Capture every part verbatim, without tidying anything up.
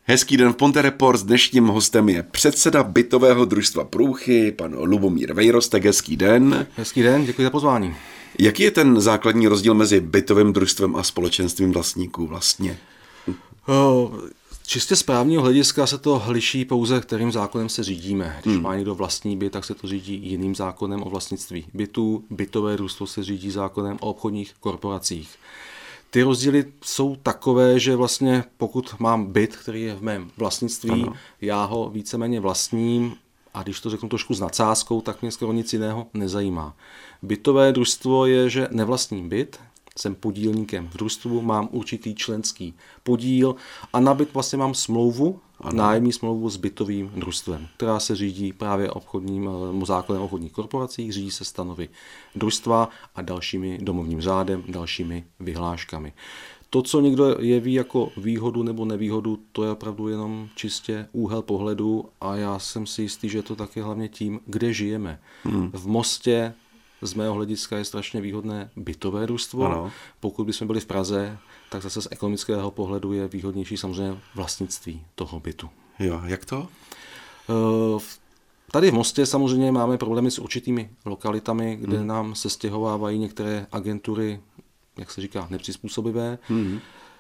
Hezký den v Ponte Report. S dnešním hostem je předseda bytového družstva Průchy, pan Lubomír Vejrostek. Hezký den. Hezký den, děkuji za pozvání. Jaký je ten základní rozdíl mezi bytovým družstvem a společenstvím vlastníků vlastně? O, čistě z právního hlediska se to liší pouze, kterým zákonem se řídíme. Když hmm. má někdo vlastní byt, tak se to řídí jiným zákonem o vlastnictví bytů. Bytové družstvo se řídí zákonem o obchodních korporacích. Ty rozdíly jsou takové, že vlastně pokud mám byt, který je v mém vlastnictví, ano. já ho víceméně vlastním a když to řeknu trošku s nadsázkou, tak mě skoro nic jiného nezajímá. Bytové družstvo je, že nevlastním byt, jsem podílníkem v družstvu, mám určitý členský podíl a na byt vlastně mám smlouvu, ano. nájemní smlouvu s bytovým družstvem, která se řídí právě obchodním zákonem o obchodních korporacích, řídí se stanovy družstva a dalšími domovním řádem, dalšími vyhláškami. To, co někdo jeví jako výhodu nebo nevýhodu, to je opravdu jenom čistě úhel pohledu a já jsem si jistý, že to taky hlavně tím, kde žijeme. Hmm. V Mostě z mého hlediska je strašně výhodné bytové družstvo. Ano. Pokud bychom byli v Praze, tak zase z ekonomického pohledu je výhodnější samozřejmě vlastnictví toho bytu. Jo, jak to? Tady v Mostě samozřejmě máme problémy s určitými lokalitami, kde hmm. nám se stěhovávají některé agentury, jak se říká, nepřizpůsobivé. Hmm.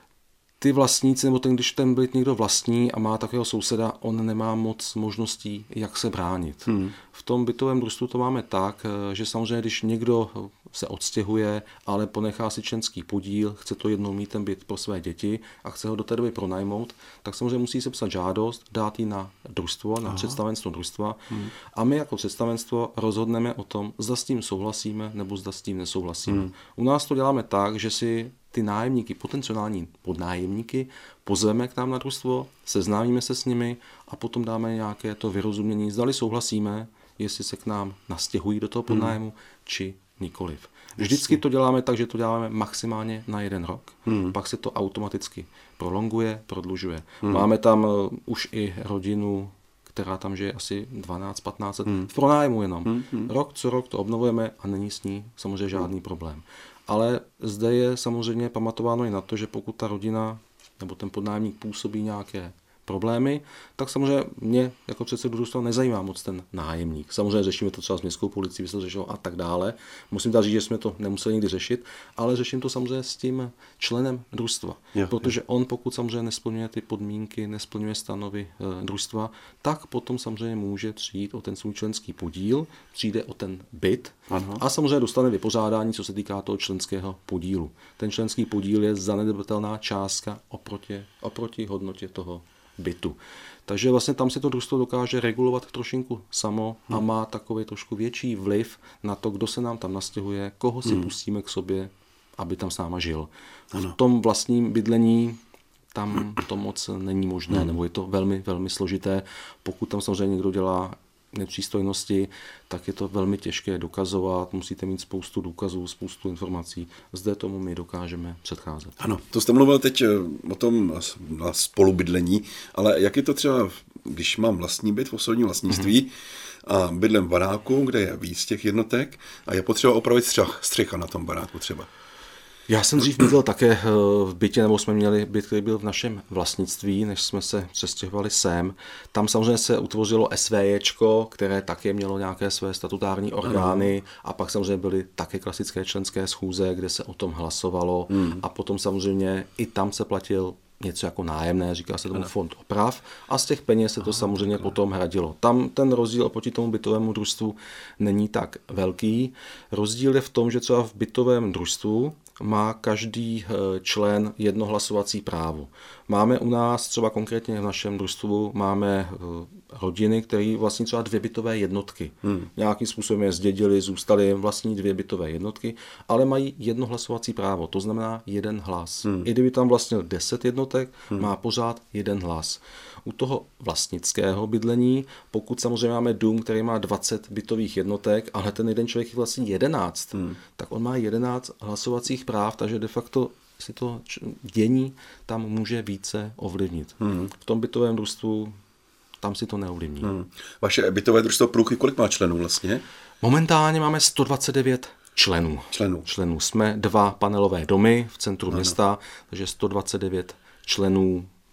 Ty vlastníci, nebo ten, když ten byt někdo vlastní a má takového souseda, on nemá moc možností, jak se bránit. Hmm. V tom bytovém družstvu to máme tak, že samozřejmě, když někdo se odstěhuje, ale ponechá si členský podíl, chce to jednou mít ten byt pro své děti a chce ho do té doby pronajmout, tak samozřejmě musí sepsat žádost, dát ji na družstvo, na Aha. představenstvo družstva hmm. a my jako představenstvo rozhodneme o tom, zda s tím souhlasíme nebo zda s tím nesouhlasíme. Hmm. U nás to děláme tak, že si ty nájemníky, potenciální podnájemníky, pozveme k nám na družstvo, seznámíme se s nimi a potom dáme nějaké to vyrozumění, zdali souhlasíme, jestli se k nám nastěhují do toho podnájmu, hmm. či nikoliv. Vždycky to děláme tak, že to děláme maximálně na jeden rok, hmm. pak se to automaticky prolonguje, prodlužuje. Hmm. Máme tam uh, už i rodinu, která tam žije asi dvanáct patnáct let, hmm. v pronájmu jenom. Hmm. Rok co rok to obnovujeme a není s ní samozřejmě žádný hmm. problém. Ale zde je samozřejmě pamatováno i na to, že pokud ta rodina nebo ten podnájemník působí nějaké problémy, tak samozřejmě mě jako předsedu družstva nezajímá moc ten nájemník. Samozřejmě řešíme to třeba s městskou policií, by se to řešilo a tak dále. Musím tady říct, že jsme to nemuseli nikdy řešit, ale řeším to samozřejmě s tím členem družstva. Jo, protože jo. on, pokud samozřejmě nesplňuje ty podmínky, nesplňuje stanovy e, družstva, tak potom samozřejmě může přijít o ten svůj členský podíl, přijde o ten byt Aha. a samozřejmě dostane vypořádání, co se týká toho členského podílu. Ten členský podíl je zanedbatelná částka oproti, oproti hodnotě toho bytu. Takže vlastně tam si to družstvo dokáže regulovat trošinku samo a hmm. má takový trošku větší vliv na to, kdo se nám tam nastěhuje, koho si hmm. pustíme k sobě, aby tam s náma žil. Ano. V tom vlastním bydlení tam to moc není možné, hmm. nebo je to velmi, velmi složité. Pokud tam samozřejmě někdo dělá nepřístojnosti, tak je to velmi těžké dokazovat, musíte mít spoustu důkazů, spoustu informací. Zde tomu my dokážeme předcházet. Ano, to jste mluvil teď o tom na spolubydlení, ale jak je to třeba, když mám vlastní byt v osobním vlastnictví mm-hmm. a bydlím v baráku, kde je víc těch jednotek a je potřeba opravit střech, střecha na tom baráku třeba. Já jsem dřív bydlel také v bytě, nebo jsme měli byt, který byl v našem vlastnictví, než jsme se přestěhovali sem. Tam samozřejmě se utvořilo SVJčko, které také mělo nějaké své statutární orgány ano. a pak samozřejmě byly také klasické členské schůze, kde se o tom hlasovalo hmm. a potom samozřejmě i tam se platil něco jako nájemné, říká se tomu ano. fond oprav a z těch peněz se to Aha, samozřejmě takhle. potom hradilo. Tam ten rozdíl oproti tomu bytovému družstvu není tak velký. Rozdíl je v tom, že třeba v bytovém družstvu má každý člen jedno hlasovací právo. Máme u nás třeba konkrétně v našem družstvu máme rodiny, které vlastní třeba dvě bytové jednotky. Hmm. Nějakým způsobem je zdědili, zůstaly vlastní dvě bytové jednotky, ale mají jedno hlasovací právo, to znamená jeden hlas. Hmm. I kdyby tam vlastnil deset jednotek, hmm. má pořád jeden hlas. U toho vlastnického bydlení, pokud samozřejmě máme dům, který má dvacet bytových jednotek, ale ten jeden člověk je vlastně jedenáct, hmm. tak on má jedenáct hlasovacích práv, takže de facto si to dění tam může více ovlivnit. Hmm. V tom bytovém družstvu tam si to neovlivní. Hmm. Vaše bytové družstvo Průchy kolik má členů vlastně? Momentálně máme sto dvacet devět členů. Členů. členů. Jsme dva panelové domy v centru ano. města, takže sto dvacet devět členů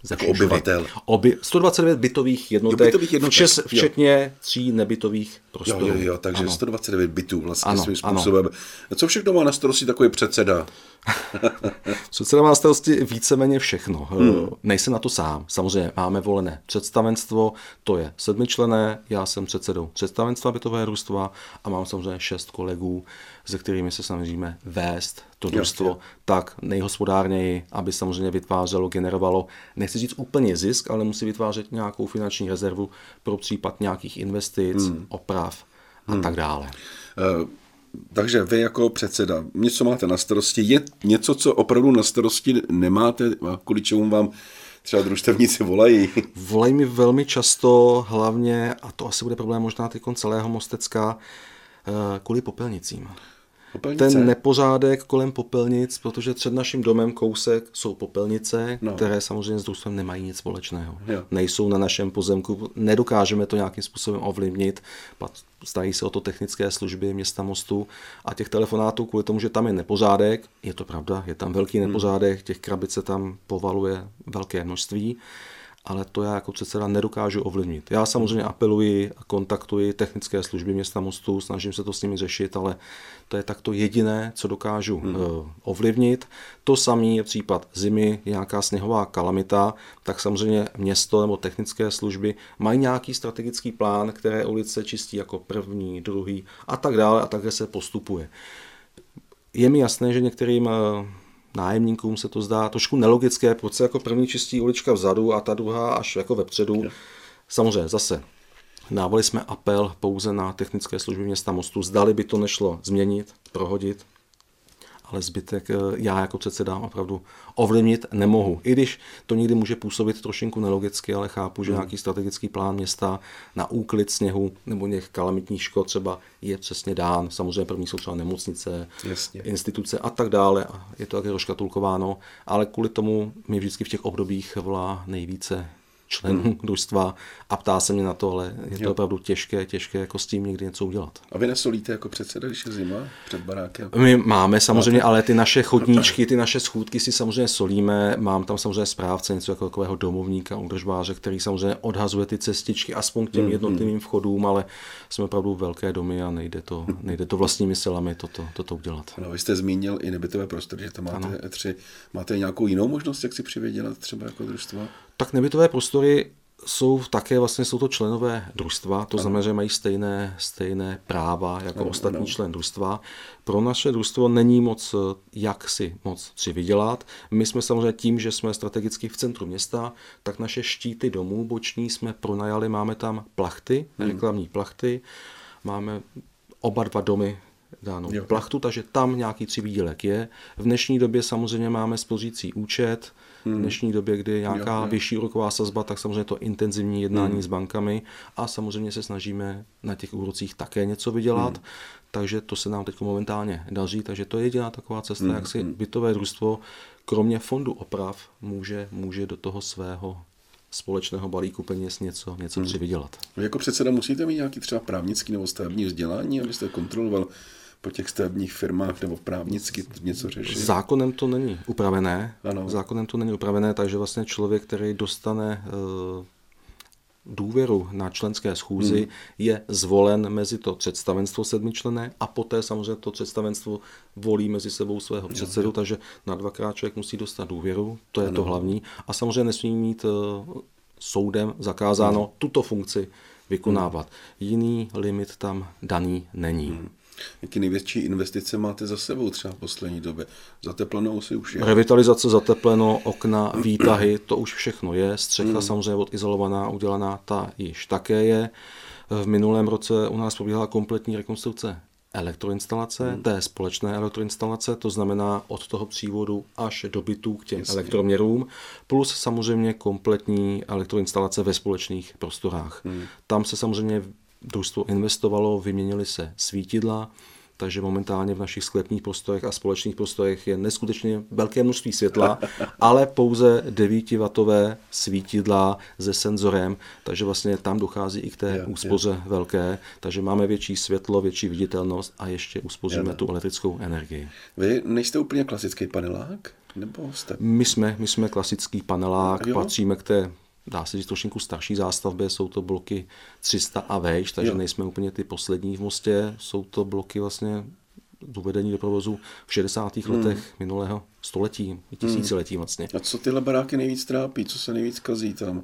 Jako obyvatel. Oby, sto dvacet devět bytových jednotek, bytových jednotek. Včes, včetně tří nebytových prostorů. Jo, jo, jo, takže ano. sto dvacet devět bytů vlastně ano, svým způsobem. Ano. Co všechno má na starosti takový předseda? Předseda má na starosti víceméně všechno. Hmm. Nejsem na to sám. Samozřejmě máme volené představenstvo, to je sedmičlenné, já jsem předsedou představenstva bytového družstva a mám samozřejmě šest kolegů, se kterými se snažíme vést to družstvo tak nejhospodárněji, aby samozřejmě vytvářelo, generovalo, nechci říct úplně zisk, ale musí vytvářet nějakou finanční rezervu pro případ nějakých investic, hmm. oprav a hmm. tak dále. Uh... Takže vy jako předseda, něco máte na starosti, je něco, co opravdu na starosti nemáte, a kvůli čemu vám třeba družstevníci volají? Volají mi velmi často, hlavně, a to asi bude problém možná týkon celého Mostecka, kvůli popelnicím. Popelnice. Ten nepořádek kolem popelnic, protože před naším domem kousek jsou popelnice, no. které samozřejmě s družstvem nemají nic společného. Jo. Nejsou na našem pozemku, nedokážeme to nějakým způsobem ovlivnit, stají se o to technické služby města Mostu a těch telefonátů kvůli tomu, že tam je nepořádek, je to pravda, je tam velký nepořádek, těch krabic se tam povaluje velké množství, ale to já jako předseda nedokážu ovlivnit. Já samozřejmě apeluji a kontaktuji technické služby města Mostu, snažím se to s nimi řešit, ale to je takto jediné, co dokážu hmm. ovlivnit. To samý je případ zimy, nějaká sněhová kalamita, tak samozřejmě město nebo technické služby mají nějaký strategický plán, které ulice čistí jako první, druhý a tak dále a takhle se postupuje. Je mi jasné, že některým nájemníkům se to zdá trošku nelogické, proč se jako první čistí ulička vzadu a ta druhá až jako vepředu. Samozřejmě zase dávali jsme apel pouze na technické služby města Mostu, zdali by to nešlo změnit, prohodit, ale zbytek já jako předseda opravdu ovlivnit nemohu. I když to někdy může působit trošinku nelogicky, ale chápu, že hmm. nějaký strategický plán města na úklid sněhu nebo nějakých kalamitních škod třeba je přesně dán. Samozřejmě první jsou třeba nemocnice, Jasně. instituce a tak dále. Je to také rozškatulkováno, ale kvůli tomu mi vždycky v těch obdobích volá nejvíce členů hmm. družstva a ptá se mě na to, ale je to jo. opravdu těžké, těžké jako s tím někdy něco udělat. A vy nesolíte jako předseda, když je zima před barákem? My máme samozřejmě, Máte? ale ty naše chodníčky, ty naše schůdky si samozřejmě solíme. Mám tam samozřejmě správce, něco jako takového domovníka, údržbáře, který samozřejmě odhazuje ty cestičky aspoň k těm jednotlivým vchodům, ale jsme opravdu velké domy a nejde to, nejde to vlastními silami toto, toto udělat. No, vy jste zmínil i nebytové prostory, že tam máte ano. tři. Máte nějakou jinou možnost, jak si přivydělat třeba jako družstva? Tak nebytové prostory jsou také vlastně jsou to členové družstva, to ano. znamená, že mají stejné, stejné práva jako ano, ostatní ano. člen družstva. Pro naše družstvo není moc jak si moc přivydělat. My jsme samozřejmě tím, že jsme strategicky v centru města, tak naše štíty domů boční jsme pronajali, máme tam plachty, hmm. reklamní plachty, máme oba dva domy dánou jo. plachtu, takže tam nějaký přivídělek je. V dnešní době samozřejmě máme spořící účet, v dnešní době, kdy je nějaká jo, jo. vyšší úroková sazba, tak samozřejmě to intenzivní jednání hmm. s bankami a samozřejmě se snažíme na těch úrocích také něco vydělat, hmm. takže to se nám teď momentálně daří, takže to je jediná taková cesta, hmm. jak si bytové družstvo kromě fondu oprav může, může do toho svého společného balíku peněz něco, něco hmm. přivydělat. Vy jako předseda musíte mít nějaký třeba právnický nebo stavební vzdělání, abyste kontroloval po těch stavebních firmách nebo právnicky něco řešit? Zákonem to není upravené. Ano. Zákonem to není upravené, takže vlastně člověk, který dostane uh, důvěru na členské schůzi, hmm. je zvolen mezi to představenstvo sedmičlenné a poté samozřejmě to představenstvo volí mezi sebou svého předsedu, jo, takže na dvakrát člověk musí dostat důvěru, to je ano. to hlavní. A samozřejmě nesmí mít uh, soudem zakázáno hmm. tuto funkci vykonávat. Hmm. Jiný limit tam daný není. Hmm. Jaký největší investice máte za sebou třeba v poslední době? Zateplenou si už je? Revitalizace, zatepleno, okna, výtahy, to už všechno je. Střecha mm. samozřejmě odizolovaná, udělaná, ta již také je. V minulém roce u nás probíhala kompletní rekonstrukce elektroinstalace, mm. té společné elektroinstalace, to znamená od toho přívodu až do bytů k těm Jasně. elektroměrům, plus samozřejmě kompletní elektroinstalace ve společných prostorách. Mm. Tam se samozřejmě družstvo investovalo, vyměnily se svítidla, takže momentálně v našich sklepních prostorech a společných prostorech je neskutečně velké množství světla, ale pouze devítiwattové svítidla se senzorem, takže vlastně tam dochází i k té jo, úspoře jo. velké, takže máme větší světlo, větší viditelnost a ještě uspoříme jo. tu elektrickou energii. Vy nejste úplně klasický panelák? Nebo jste? My jsme, my jsme klasický panelák, jo. patříme k té, dá se říct, trošku starší zástavbě, jsou to bloky tři sta a vejš, takže jo. nejsme úplně ty poslední v Mostě, jsou to bloky vlastně uvedení do provozu v šedesátých hmm. letech minulého století, tisíciletí vlastně. A co tyhle baráky nejvíc trápí, co se nejvíc kazí tam?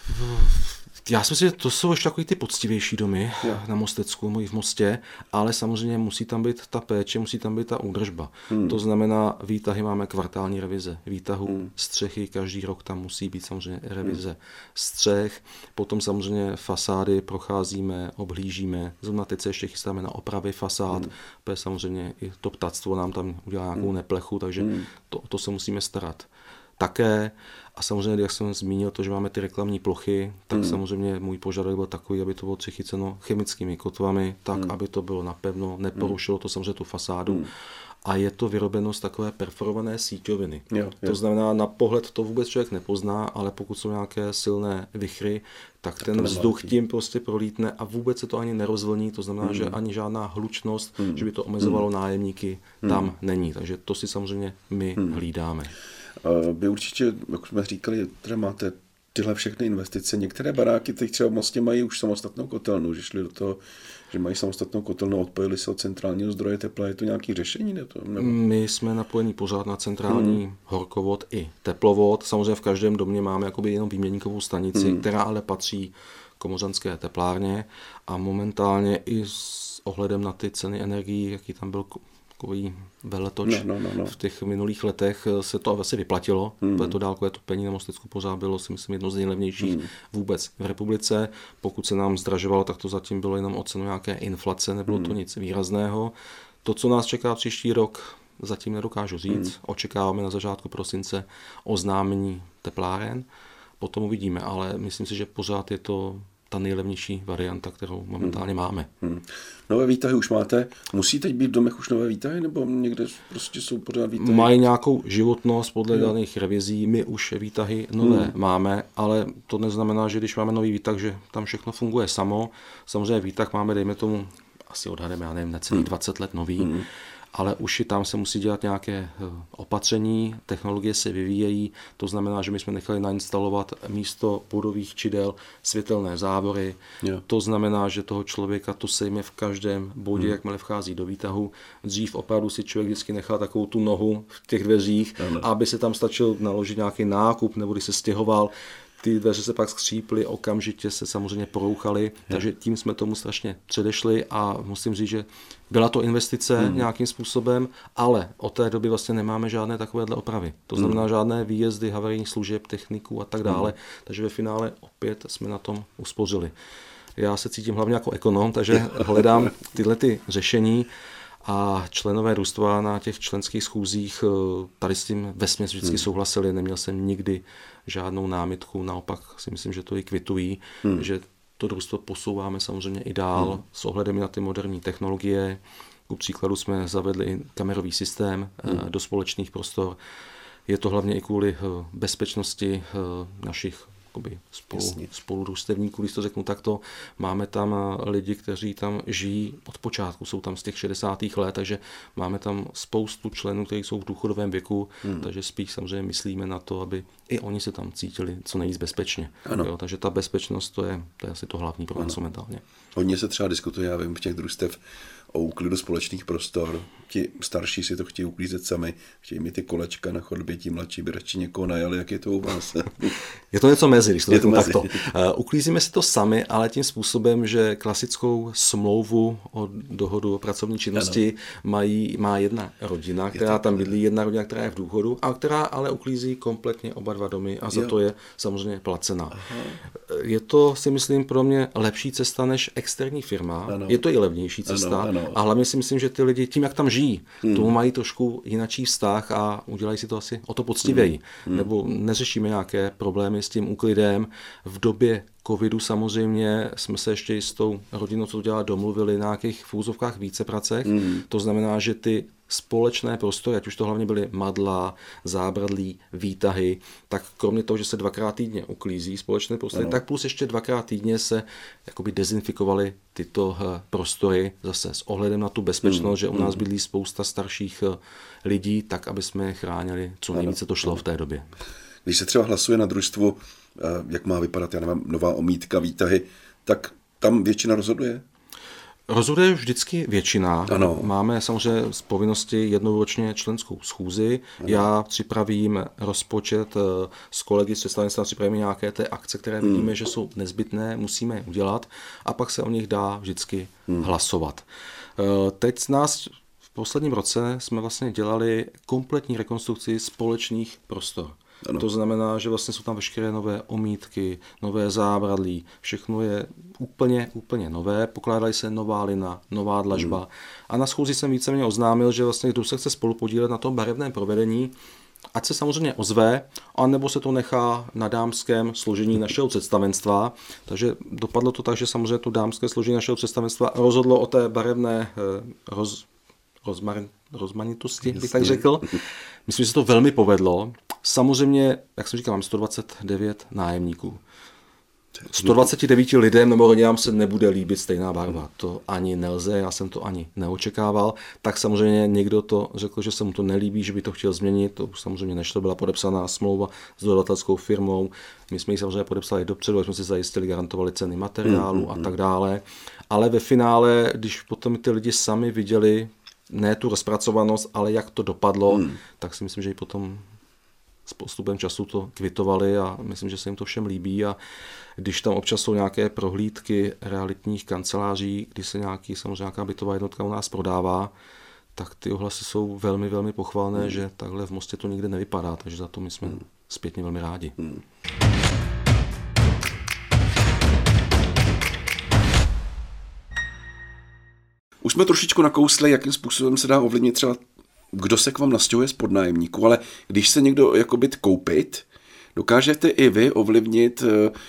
Já si myslím, že to jsou ještě takový ty poctivější domy jo. na Mostecku, moji v Mostě, ale samozřejmě musí tam být ta péče, musí tam být ta údržba. Hmm. To znamená, výtahy máme kvartální revize. Výtahu hmm. střechy, každý rok tam musí být samozřejmě revize hmm. střech. Potom samozřejmě fasády procházíme, obhlížíme. Zrovna teď se ještě chystáme na opravy fasád, hmm. protože samozřejmě i to ptactvo nám tam udělá nějakou hmm. neplechu, takže hmm. to, to se musíme starat. Také, a samozřejmě, jak jsem zmínil to, že máme ty reklamní plochy, tak hmm. samozřejmě můj požadavek byl takový, aby to bylo přichyceno chemickými kotvami, tak, hmm. aby to bylo napevno, neporušilo to samozřejmě tu fasádu. Hmm. A je to vyrobeno z takové perforované síťoviny. Jo, jo. To znamená, na pohled to vůbec člověk nepozná, ale pokud jsou nějaké silné vichry, tak, tak ten vzduch tím prostě prolítne a vůbec se to ani nerozvlní, to znamená, hmm. že ani žádná hlučnost, hmm. že by to omezovalo hmm. nájemníky, hmm. tam není. Takže to si samozřejmě my hmm. hlídáme. Vy určitě, jak jsme říkali, teda máte tyhle všechny investice. Některé baráky teď třeba v Mostě mají už samostatnou kotelnu, že šli do toho, že mají samostatnou kotelnu, odpojili se od centrálního zdroje tepla. Je to nějaké řešení? Ne to, nebo? My jsme napojeni pořád na centrální hmm. horkovod i teplovod. Samozřejmě v každém domě máme jakoby jenom výměníkovou stanici, hmm. která ale patří komořanské teplárně a momentálně i s ohledem na ty ceny energií, jaký tam byl takový veletoč no, no, no, no. v těch minulých letech, se to asi vyplatilo, hmm. protože to dálkové topení na Mostecku pořád bylo, si myslím, jedno z nejlevnějších hmm. vůbec v republice. Pokud se nám zdražovalo, tak to zatím bylo jenom o cenu nějaké inflace, nebylo hmm. to nic výrazného. To, co nás čeká příští rok, zatím nedokážu říct. Hmm. Očekáváme na začátku prosince oznámení tepláren, potom uvidíme, ale myslím si, že pořád je to ta nejlevnější varianta, kterou momentálně hmm. máme. Hmm. Nové výtahy už máte? Musí teď být v domech už nové výtahy, nebo někde prostě jsou pořád výtahy? Mají nějakou životnost podle jo. daných revizí, my už výtahy nové hmm. máme, ale to neznamená, že když máme nový výtah, že tam všechno funguje samo. Samozřejmě výtah máme, dejme tomu, asi odhademe, já nevím, necelých hmm. dvacet let nový, hmm. ale už i tam se musí dělat nějaké opatření, technologie se vyvíjejí, to znamená, že my jsme nechali nainstalovat místo bodových čidel světelné závory, jo. to znamená, že toho člověka to sejme v každém bodě, hmm. jakmile vchází do výtahu. Dřív opravdu si člověk vždycky nechal takovou tu nohu v těch dveřích, ano. aby se tam stačil naložit nějaký nákup, nebo když se stěhoval, ty dveře se pak skříply, okamžitě se samozřejmě porouchaly, je. takže tím jsme tomu strašně předešli a musím říct, že byla to investice hmm. nějakým způsobem, ale od té doby vlastně nemáme žádné takovéhle opravy. To znamená hmm. žádné výjezdy, havarijních služeb, techniků a tak dále, hmm. takže ve finále opět jsme na tom uspořili. Já se cítím hlavně jako ekonom, takže hledám tyhle ty řešení. A členové družstva na těch členských schůzích tady s tím vesměs vždycky hmm. souhlasili, neměl jsem nikdy žádnou námitku, naopak si myslím, že to i kvitují, hmm. že to družstvo posouváme samozřejmě i dál hmm. s ohledem na ty moderní technologie. Ku příkladu jsme zavedli kamerový systém hmm. do společných prostor. Je to hlavně i kvůli bezpečnosti našich spolu, spoludružstevníků, když to řeknu takto. Máme tam lidi, kteří tam žijí od počátku, jsou tam z těch šedesátých let, takže máme tam spoustu členů, kteří jsou v důchodovém věku, hmm. takže spíš samozřejmě myslíme na to, aby i oni se tam cítili co nejvíc bezpečně. Jo, takže ta bezpečnost, to je, to je asi to hlavní pro nás momentálně. Hodně se třeba diskutuje, já vím, v těch družstev o úklidu společných prostor. Ti starší si to chtějí uklízet sami, chtějí mít ty kolečka na chodbě, ti mladší by radši někoho najali. Jak je to u vás? Je to něco mezi, když to řeknu takto. Uh, uklízíme si to sami, ale tím způsobem, že klasickou smlouvu o dohodu o pracovní činnosti mají, má jedna rodina, která tam bydlí, jedna rodina, která je v důchodu, a která ale uklízí kompletně oba dva domy a za jo. to je samozřejmě placená. Aha. Je to, si myslím, pro mě lepší cesta než externí firma. Ano. Je to i levnější cesta. Ano, ano. A hlavně si myslím, že ty lidi tím, jak tam žijí, hmm. tomu mají trošku jinačí vztah a udělají si to asi o to poctivěji. Hmm. Nebo neřešíme nějaké problémy s tím úklidem. V době covidu samozřejmě jsme se ještě s tou rodinou, co to dělá, domluvili na nějakých v úzovkách vícepracech. Mm. To znamená, že ty společné prostory, ať už to hlavně byly madla, zábradlí, výtahy, tak kromě toho, že se dvakrát týdně uklízí společné prostory, ano. tak plus ještě dvakrát týdně se jakoby dezinfikovaly tyto prostory zase s ohledem na tu bezpečnost, mm. že u nás bydlí spousta starších lidí, tak aby jsme je chránili, co nejvíce to šlo ano. v té době. Když se třeba hlasuje na družstvu, jak má vypadat, já nevím, nová omítka, výtahy, tak tam většina rozhoduje? Rozhoduje vždycky většina. Ano. Máme samozřejmě z povinnosti jednou ročně členskou schůzi. Ano. Já připravím rozpočet s kolegy z představenstva, připravíme nějaké té akce, které hmm. vidíme, že jsou nezbytné, musíme je udělat a pak se o nich dá vždycky hmm. hlasovat. Teď z nás v posledním roce jsme vlastně dělali kompletní rekonstrukci společných prostor. Ano. To znamená, že vlastně jsou tam veškeré nové omítky, nové zábradlí, všechno je úplně, úplně nové, pokládají se nová lina, nová dlažba. Hmm. A na schůzi jsem víceméně oznámil, že vlastně kdo se chce spolu podílet na tom barevném provedení, ať se samozřejmě ozve, anebo se to nechá na dámském složení našeho představenstva. Takže dopadlo to tak, že samozřejmě to dámské složení našeho představenstva rozhodlo o té barevné roz, rozmarin, rozmanitosti, bych tak řekl. Myslím, že se to velmi povedlo. Samozřejmě, jak jsem říkal, mám sto dvacet devět nájemníků. sto dvacet devět lidem nebo rodinám se nebude líbit stejná barva. To ani nelze, já jsem to ani neočekával. Tak samozřejmě někdo to řekl, že se mu to nelíbí, že by to chtěl změnit. To už samozřejmě nešlo, byla podepsaná smlouva s dodavatelskou firmou. My jsme ji samozřejmě podepsali dopředu, jsme si zajistili, garantovali ceny materiálu mm, mm, a tak dále. Ale ve finále, když potom ty lidi sami viděli ne tu rozpracovanost, ale jak to dopadlo, mm. tak si myslím, že i potom s postupem času to kvitovali a myslím, že se jim to všem líbí a když tam občas jsou nějaké prohlídky realitních kanceláří, kdy se nějaký, samozřejmě nějaká bytová jednotka u nás prodává, tak ty ohlasy jsou velmi, velmi pochvalné, hmm. že takhle v Mostě to nikde nevypadá, takže za to my jsme hmm. zpětně velmi rádi. Hmm. Už jsme trošičku nakousli, jakým způsobem se dá ovlivnit třeba kdo se k vám nastěhuje z podnájemníků, ale když se někdo jako byt koupit, dokážete i vy ovlivnit,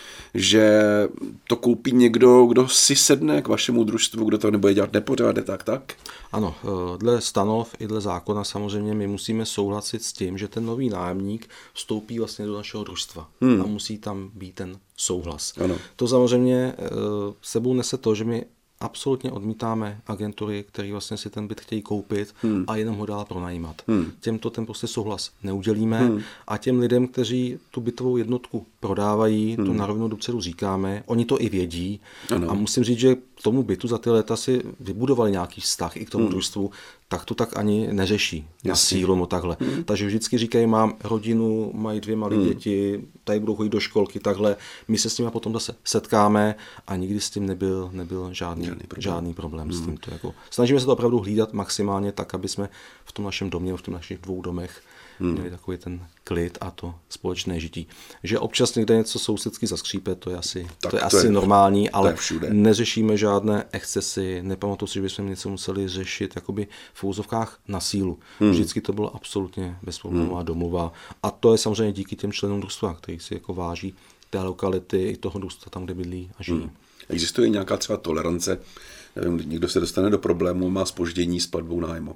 že to koupí někdo, kdo si sedne k vašemu družstvu, kdo to nebude dělat nepořádně, tak, tak? Ano, dle stanov i dle zákona samozřejmě my musíme souhlasit s tím, že ten nový nájemník vstoupí vlastně do našeho družstva hmm. a musí tam být ten souhlas. Ano. To samozřejmě sebou nese to, že my absolutně odmítáme agentury, které vlastně si ten byt chtějí koupit hmm. a jenom ho dál pronajímat. Hmm. Těmto ten prostě souhlas neudělíme hmm. a těm lidem, kteří tu bytovou jednotku prodávají, hmm. to na rovnou dopředu říkáme, oni to i vědí ano. a musím říct, že k tomu bytu za ty léta si vybudovali nějaký vztah i k tomu hmm. družstvu, tak to tak ani neřeší na sílu no takhle. Hmm. Takže vždycky říkají, mám rodinu, mají dvě malé hmm. děti, tady budou chodit do školky, takhle. My se s nimi potom zase setkáme a nikdy s tím nebyl, nebyl žádný, žádný problém, žádný problém hmm. s tímto. Jako. Snažíme se to opravdu hlídat maximálně tak, aby jsme v tom našem domě, v tom našich dvou domech hmm. měli takový ten klid a to společné žití. Že občas někde něco sousedsky zaskřípe, to je asi, to je to asi je, normální, ale neřešíme žádné excesy, nepamatuji si, že bychom něco museli řešit jakoby v úzovkách na sílu. Hmm. Vždycky to bylo absolutně bezproblémová hmm. domluva a to je samozřejmě díky těm členům družstva, kteří si jako váží té lokality i toho družstva tam, kde bydlí a žijí. Hmm. Existuje nějaká třeba tolerance, nevím, někdo se dostane do problému, má zpoždění s platbou nájmu?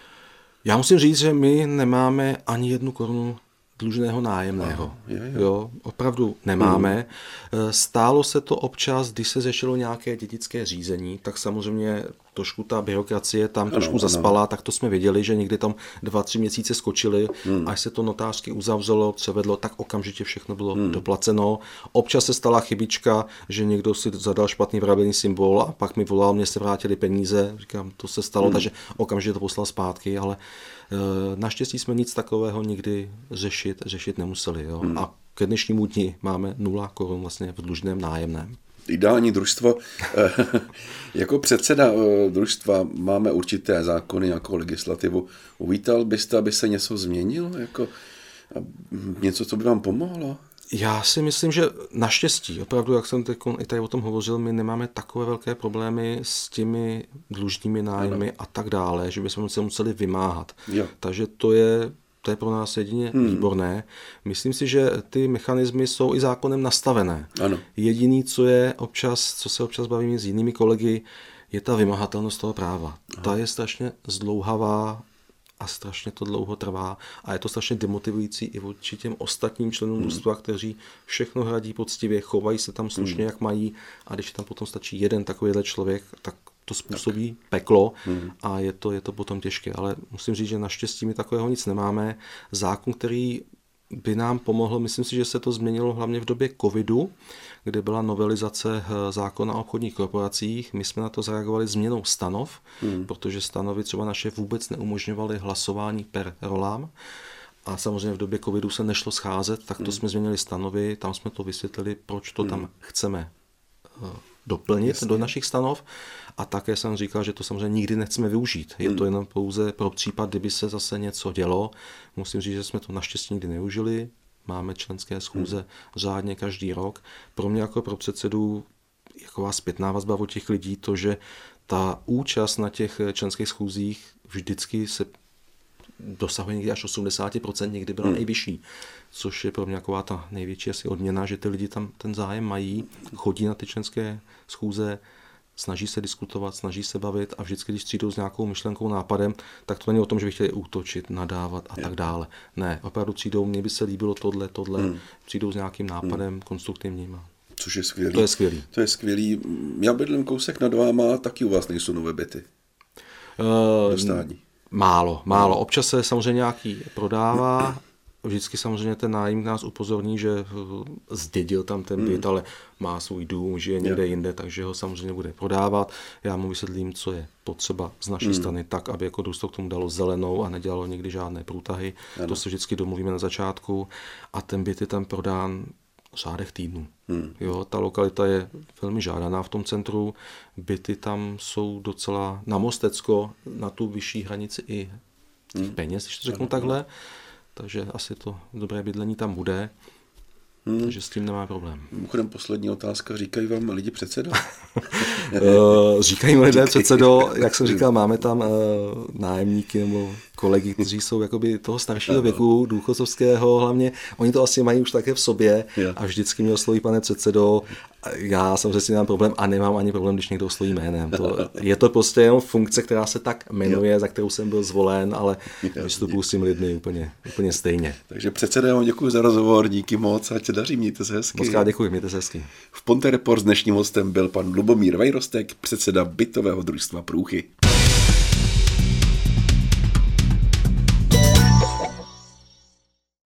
Já musím říct, že my nemáme ani jednu korunu dlužného nájemného. Aha, je, je. Jo, opravdu nemáme. Hmm. Stálo se to občas, když se řešilo nějaké dědické řízení, tak samozřejmě trošku ta byrokracie tam ano, trošku zaspala, ano. tak to jsme věděli, že někdy tam dva, tři měsíce skočily, hmm. až se to notářsky uzavřelo, převedlo, tak okamžitě všechno bylo hmm. doplaceno. Občas se stala chybička, že někdo si zadal špatný vrabený symbol a pak mi volal, mě se vrátili peníze, říkám, to se stalo, hmm. takže okamžitě to poslal zpátky, ale e, naštěstí jsme nic takového nikdy řešit, řešit nemuseli. Jo. Hmm. A ke dnešnímu dni máme nula korun vlastně v dlužném nájemném. Ideální družstvo. Jako předseda družstva máme určité zákony, nějakou legislativu. Uvítal byste, aby se něco změnilo? Jako něco, co by vám pomohlo? Já si myslím, že naštěstí, opravdu, jak jsem teď i tady o tom hovořil, my nemáme takové velké problémy s těmi dlužními nájmy a tak dále, že bychom se museli vymáhat. Jo. Takže to je to je pro nás jedině hmm. výborné. Myslím si, že ty mechanismy jsou i zákonem nastavené. Ano. Jediný, co je občas, co se občas bavíme s jinými kolegy, je ta vymahatelnost toho práva. Aha. Ta je strašně zdlouhavá a strašně to dlouho trvá a je to strašně demotivující i vůči těm ostatním členům hmm. družstva, kteří všechno hradí poctivě, chovají se tam slušně, hmm. jak mají, a když tam potom stačí jeden takovýhle člověk, tak to způsobí tak. peklo hmm. a je to, je to potom těžké. Ale musím říct, že naštěstí my takového nic nemáme. Zákon, který by nám pomohl, myslím si, že se to změnilo hlavně v době covidu, kde byla novelizace zákona o obchodních korporacích. My jsme na to zareagovali změnou stanov, hmm. protože stanovy třeba naše vůbec neumožňovaly hlasování per rolám. A samozřejmě v době covidu se nešlo scházet, tak to hmm. jsme změnili stanovy, tam jsme to vysvětlili, proč to hmm. tam chceme doplnit Jasně. do našich stanov. A také jsem říkal, že to samozřejmě nikdy nechceme využít. Je hmm. to jenom pouze pro případ, kdyby se zase něco dělo. Musím říct, že jsme to naštěstí nikdy neužili. Máme členské schůze hmm. řádně každý rok. Pro mě jako pro předsedu taková zpětná vazba od těch lidí, to, že ta účast na těch členských schůzích vždycky se dosahuje někdy až osmdesát procent, někdy byla hmm. nejvyšší, což je pro mě taková ta největší asi odměna, že ty lidi tam ten zájem mají, chodí na ty členské schůze, snaží se diskutovat, snaží se bavit a vždycky, když přijdou s nějakou myšlenkou, nápadem, tak to není o tom, že by chtěli útočit, nadávat a je. tak dále. Ne, opravdu přijdou, mně by se líbilo tohle, tohle, hmm. přijdou s nějakým nápadem hmm. konstruktivním. Což je skvělý. To je skvělý. To je skvělý. Já bydlím kousek nad váma, taky u vás nejsou nové byty. Uh, Dostání. Málo, málo. Občas se samozřejmě nějaký prodává, vždycky samozřejmě ten nájemník nás upozorní, že zdědil tam ten byt, hmm. ale má svůj dům, žije někde jinde, takže ho samozřejmě bude prodávat. Já mu vysvětlím, co je potřeba z naší hmm. strany, tak, aby jako družstvo k tomu dalo zelenou a nedělalo nikdy žádné průtahy. Ano. To se vždycky domluvíme na začátku a ten byt je tam prodán v řádech týdnů. Hmm. Jo, ta lokalita je velmi žádaná v tom centru, byty tam jsou docela na Mostecko, na tu vyšší hranici i těch hmm. peněz, když to řeknu ano, takhle, ano. takže asi to dobré bydlení tam bude, hmm. takže s tím nemá problém. Mimochodem poslední otázka, říkají vám lidi předseda? Říkají mi lidé předsedo, jak jsem říkal, máme tam nájemníky nebo kolegy, kteří jsou jakoby toho staršího věku, důchodcovského hlavně, oni to asi mají už také v sobě a vždycky mě osloví pane předsedo, já samozřejmě si nemám problém a nemám ani problém, když někdo osloví jménem. To, je to prostě jenom funkce, která se tak jmenuje, za kterou jsem byl zvolen, ale vystupuji s tím lidmi úplně, úplně stejně. Takže předseda, já vám děkuji za rozhovor, díky moc, ať se daří, mějte se hezky. Moc krát děkuji, mějte se hezky. V Ponte Report s dnešním hostem byl pan Lubomír Vejrostek, předseda bytového družstva Průchy.